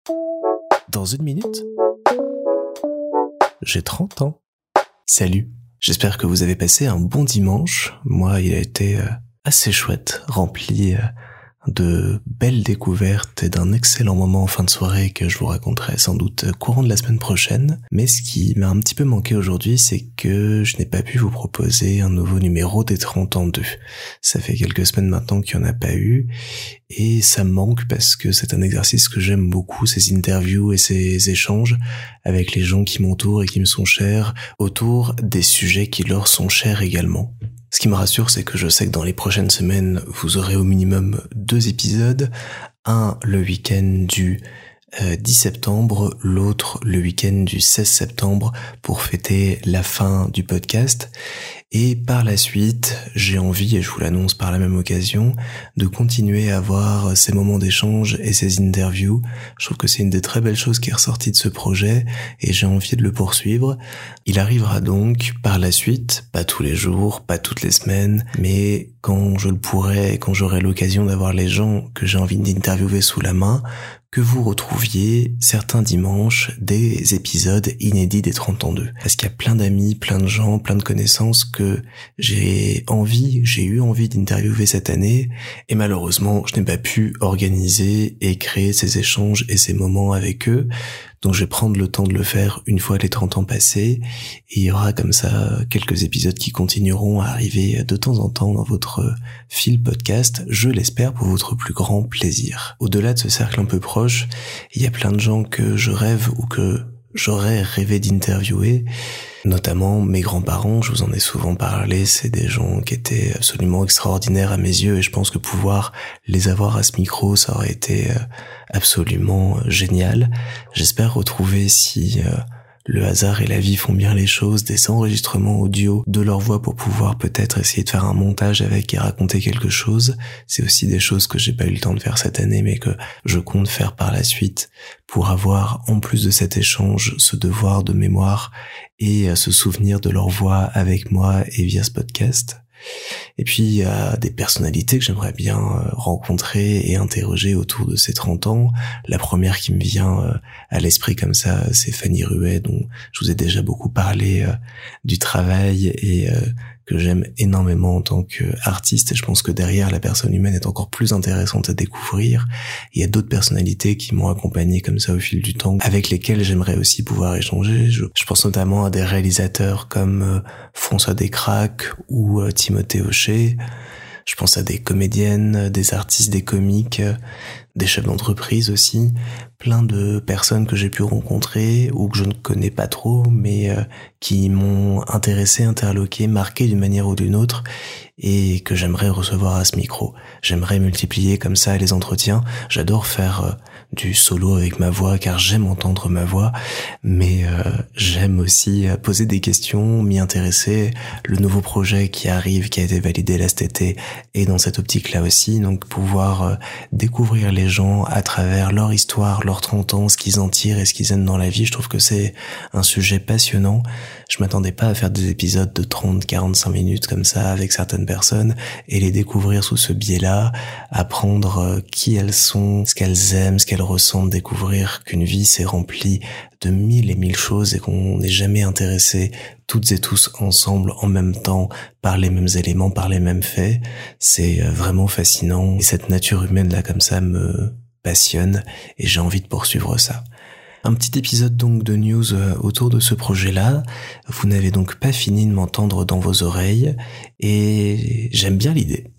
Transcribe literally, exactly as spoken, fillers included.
Dans une minute, j'ai trente ans. Salut, j'espère que vous avez passé un bon dimanche. Moi, il a été assez chouette, rempli de belles découvertes et d'un excellent moment en fin de soirée que je vous raconterai sans doute courant de la semaine prochaine. Mais ce qui m'a un petit peu manqué aujourd'hui, c'est que je n'ai pas pu vous proposer un nouveau numéro des trente ans deux. Ça fait quelques semaines maintenant qu'il n'y en a pas eu et ça me manque parce que c'est un exercice que j'aime beaucoup, ces interviews et ces échanges avec les gens qui m'entourent et qui me sont chers autour des sujets qui leur sont chers également. Ce qui me rassure, c'est que je sais que dans les prochaines semaines, vous aurez au minimum deux épisodes. Un le week-end du euh, dix septembre, l'autre le week-end du seize septembre pour fêter la fin du podcast. Et par la suite, j'ai envie, et je vous l'annonce par la même occasion, de continuer à avoir ces moments d'échange et ces interviews. Je trouve que c'est une des très belles choses qui est ressortie de ce projet et j'ai envie de le poursuivre. Il arrivera donc par la suite, pas tous les jours, pas toutes les semaines, mais quand je le pourrai, quand j'aurai l'occasion d'avoir les gens que j'ai envie d'interviewer sous la main, que vous retrouviez certains dimanches des épisodes inédits des trente ans deux. Parce qu'il y a plein d'amis, plein de gens, plein de connaissances que j'ai envie, j'ai eu envie d'interviewer cette année et malheureusement je n'ai pas pu organiser et créer ces échanges et ces moments avec eux. Donc je vais prendre le temps de le faire une fois les trente ans passés et il y aura comme ça quelques épisodes qui continueront à arriver de temps en temps dans votre fil podcast, je l'espère pour votre plus grand plaisir. Au-delà de ce cercle un peu proche, il y a plein de gens que je rêve ou que j'aurais rêvé d'interviewer, notamment mes grands-parents, je vous en ai souvent parlé, c'est des gens qui étaient absolument extraordinaires à mes yeux et je pense que pouvoir les avoir à ce micro, ça aurait été absolument génial. J'espère retrouver, si euh, le hasard et la vie font bien les choses, des enregistrements audio de leur voix pour pouvoir peut-être essayer de faire un montage avec et raconter quelque chose. C'est aussi des choses que j'ai pas eu le temps de faire cette année mais que je compte faire par la suite pour avoir en plus de cet échange ce devoir de mémoire et ce souvenir de leur voix avec moi et via ce podcast. Et puis il y a des personnalités que j'aimerais bien rencontrer et interroger autour de ces trente ans. La première qui me vient à l'esprit comme ça, c'est Fanny Ruet, dont je vous ai déjà beaucoup parlé du travail et que j'aime énormément en tant qu'artiste. Et je pense que derrière la personne humaine est encore plus intéressante à découvrir. Il y a d'autres personnalités qui m'ont accompagné comme ça au fil du temps, avec lesquelles j'aimerais aussi pouvoir échanger. Je, je pense notamment à des réalisateurs comme euh, François Descraques ou euh, Timothée Hochet. Je pense à des comédiennes, des artistes, des comiques, des chefs d'entreprise aussi, plein de personnes que j'ai pu rencontrer ou que je ne connais pas trop, mais euh, qui m'ont intéressé, interloqué, marqué d'une manière ou d'une autre et que j'aimerais recevoir à ce micro. J'aimerais multiplier comme ça les entretiens. J'adore faire euh, du solo avec ma voix car j'aime entendre ma voix, mais euh, j'aime aussi poser des questions, m'y intéresser. Le nouveau projet qui arrive, qui a été validé là cet été, est dans cette optique-là aussi, donc pouvoir euh, découvrir les gens à travers leur histoire, leurs trente ans, ce qu'ils en tirent et ce qu'ils aiment dans la vie. Je trouve que c'est un sujet passionnant. Je m'attendais pas à faire des épisodes de trente à quarante-cinq minutes comme ça avec certaines personnes et les découvrir sous ce biais-là, apprendre qui elles sont, ce qu'elles aiment, ce qu'elles ressentent, découvrir qu'une vie s'est remplie de mille et mille choses et qu'on n'est jamais intéressé toutes et tous ensemble en même temps par les mêmes éléments, par les mêmes faits. C'est vraiment fascinant et cette nature humaine là comme ça me passionne et j'ai envie de poursuivre ça. Un petit épisode donc de news autour de ce projet-là. Vous n'avez donc pas fini de m'entendre dans vos oreilles et j'aime bien l'idée.